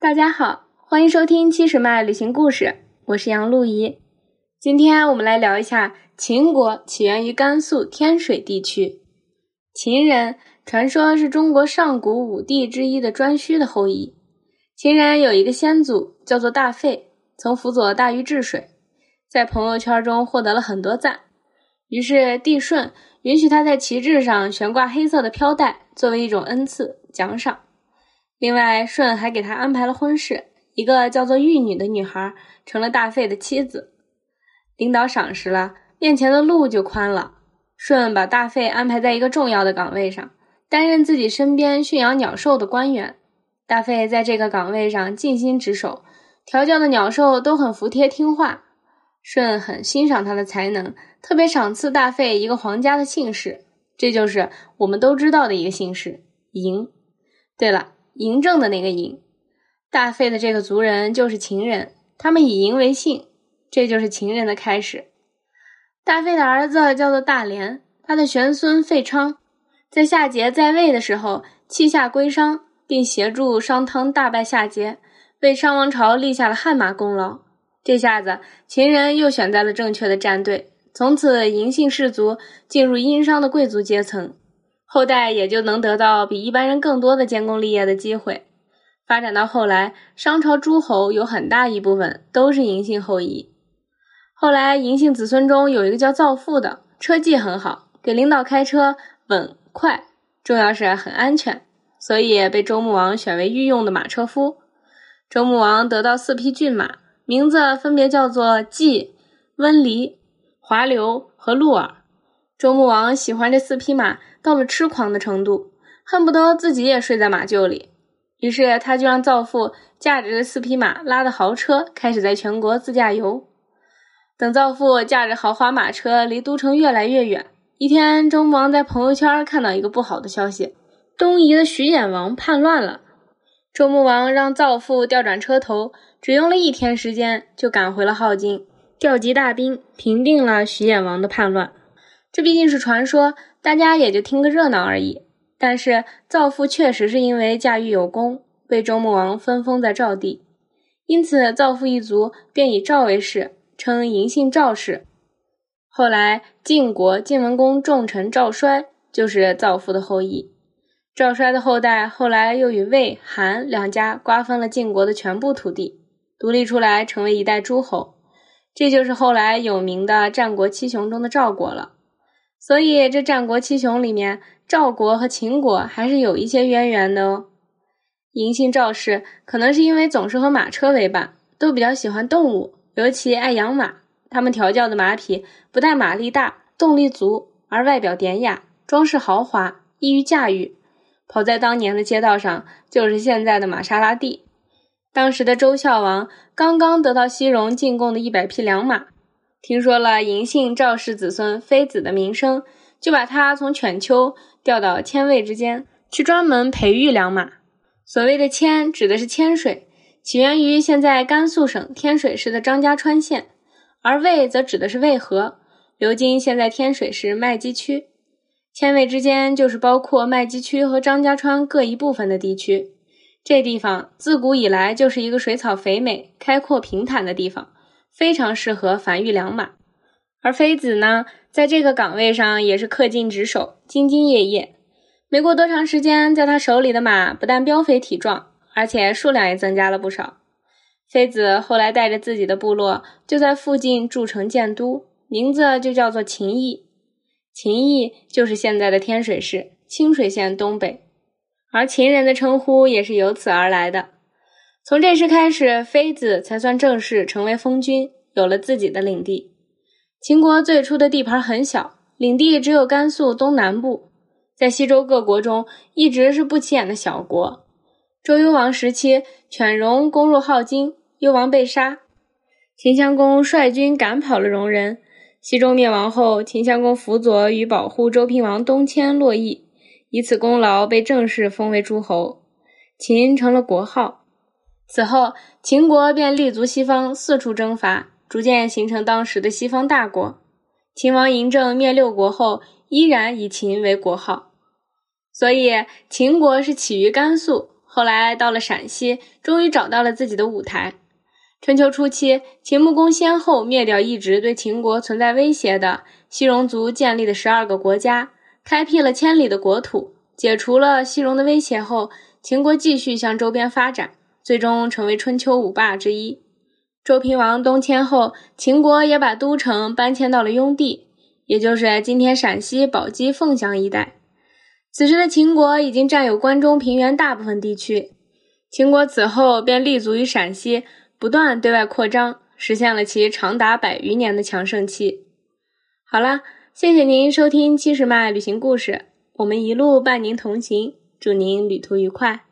大家好，欢迎收听七十迈旅行故事，我是杨璐怡。今天我们来聊一下秦国起源于甘肃天水地区。秦人传说是中国上古五帝之一的颛顼的后裔。秦人有一个先祖叫做大费，曾辅佐大禹治水，在朋友圈中获得了很多赞。于是帝舜允许他在旗帜上悬挂黑色的飘带，作为一种恩赐奖赏。另外，舜还给他安排了婚事，一个叫做玉女的女孩成了大费的妻子。领导赏识了，面前的路就宽了。舜把大费安排在一个重要的岗位上，担任自己身边驯养鸟兽的官员。大费在这个岗位上尽心职守，调教的鸟兽都很服帖听话。舜很欣赏他的才能，特别赏赐大费一个皇家的姓氏，这就是我们都知道的一个姓氏嬴。对了，嬴政的那个嬴。大费的这个族人就是秦人，他们以嬴为姓，这就是秦人的开始。大费的儿子叫做大连，他的玄孙费昌在夏桀在位的时候弃夏归商，并协助商汤大败夏桀，为商王朝立下了汗马功劳。这下子秦人又选在了正确的战队，从此嬴姓氏族进入殷商的贵族阶层，后代也就能得到比一般人更多的建功立业的机会。发展到后来，商朝诸侯有很大一部分都是嬴姓后裔。后来嬴姓子孙中有一个叫造父的，车技很好，给领导开车稳快，重要是很安全，所以被周穆王选为御用的马车夫。周穆王得到4匹骏马，名字分别叫做季、温离、华流和鹿耳。周穆王喜欢这4匹马到了痴狂的程度，恨不得自己也睡在马厩里。于是他就让造父驾着这4匹马拉的豪车开始在全国自驾游。等造父驾着豪华马车离都城越来越远，一天周穆王在朋友圈看到一个不好的消息，东夷的徐衍王叛乱了。周穆王让造父调转车头，只用了1天时间就赶回了镐京，调集大兵平定了徐衍王的叛乱。这毕竟是传说，大家也就听个热闹而已。但是造父确实是因为驾驭有功，被周穆王分封在赵地，因此造父一族便以赵为氏，称嬴姓赵氏。后来晋国晋文公重臣赵衰就是造父的后裔。赵衰的后代后来又与魏、韩两家瓜分了晋国的全部土地，独立出来成为一代诸侯，这就是后来有名的战国七雄中的赵国了。所以这战国七雄里面，赵国和秦国还是有一些渊源的哦。嬴姓赵氏可能是因为总是和马车为伴，都比较喜欢动物，尤其爱养马。他们调教的马匹不但马力大、动力足，而外表典雅，装饰豪华，易于驾驭。跑在当年的街道上，就是现在的玛莎拉蒂。当时的周孝王刚刚得到西戎进贡的100匹良马，听说了嬴姓赵氏子孙妃子的名声，就把他从犬丘调到千魏之间，去专门培育良马。所谓的千指的是千水，起源于现在甘肃省天水市的张家川县，而魏则指的是渭河，流经现在天水市麦积区。千魏之间就是包括麦积区和张家川各一部分的地区。这地方自古以来就是一个水草肥美、开阔平坦的地方，非常适合繁育良马。而妃子呢，在这个岗位上也是恪尽职守，兢兢业业。没过多长时间，在他手里的马不但膘肥体壮，而且数量也增加了不少。妃子后来带着自己的部落就在附近筑城建都，名字就叫做秦邑。秦邑就是现在的天水市清水县东北，而秦人的称呼也是由此而来的。从这时开始，妃子才算正式成为封君，有了自己的领地。秦国最初的地盘很小，领地只有甘肃东南部，在西周各国中一直是不起眼的小国。周幽王时期，犬戎攻入镐京，幽王被杀，秦襄公率军赶跑了戎人。西周灭亡后，秦襄公辅佐与保护周平王东迁洛邑，以此功劳被正式封为诸侯，秦成了国号。此后，秦国便立足西方，四处征伐，逐渐形成当时的西方大国。秦王嬴政灭六国后，依然以秦为国号。所以秦国是起于甘肃， 后来到了陕西，终于找到了自己的舞台。春秋初期，秦穆公先后灭掉一直对秦国存在威胁的西戎族建立的12个国家，开辟了千里的国土。解除了西戎的威胁后，秦国继续向周边发展，最终成为春秋五霸之一。周平王东迁后，秦国也把都城搬迁到了雍地，也就是今天陕西宝鸡凤翔一带。此时的秦国已经占有关中平原大部分地区。秦国此后便立足于陕西，不断对外扩张，实现了其长达100余年的强盛期。好了，谢谢您收听70迈旅行故事，我们一路伴您同行，祝您旅途愉快。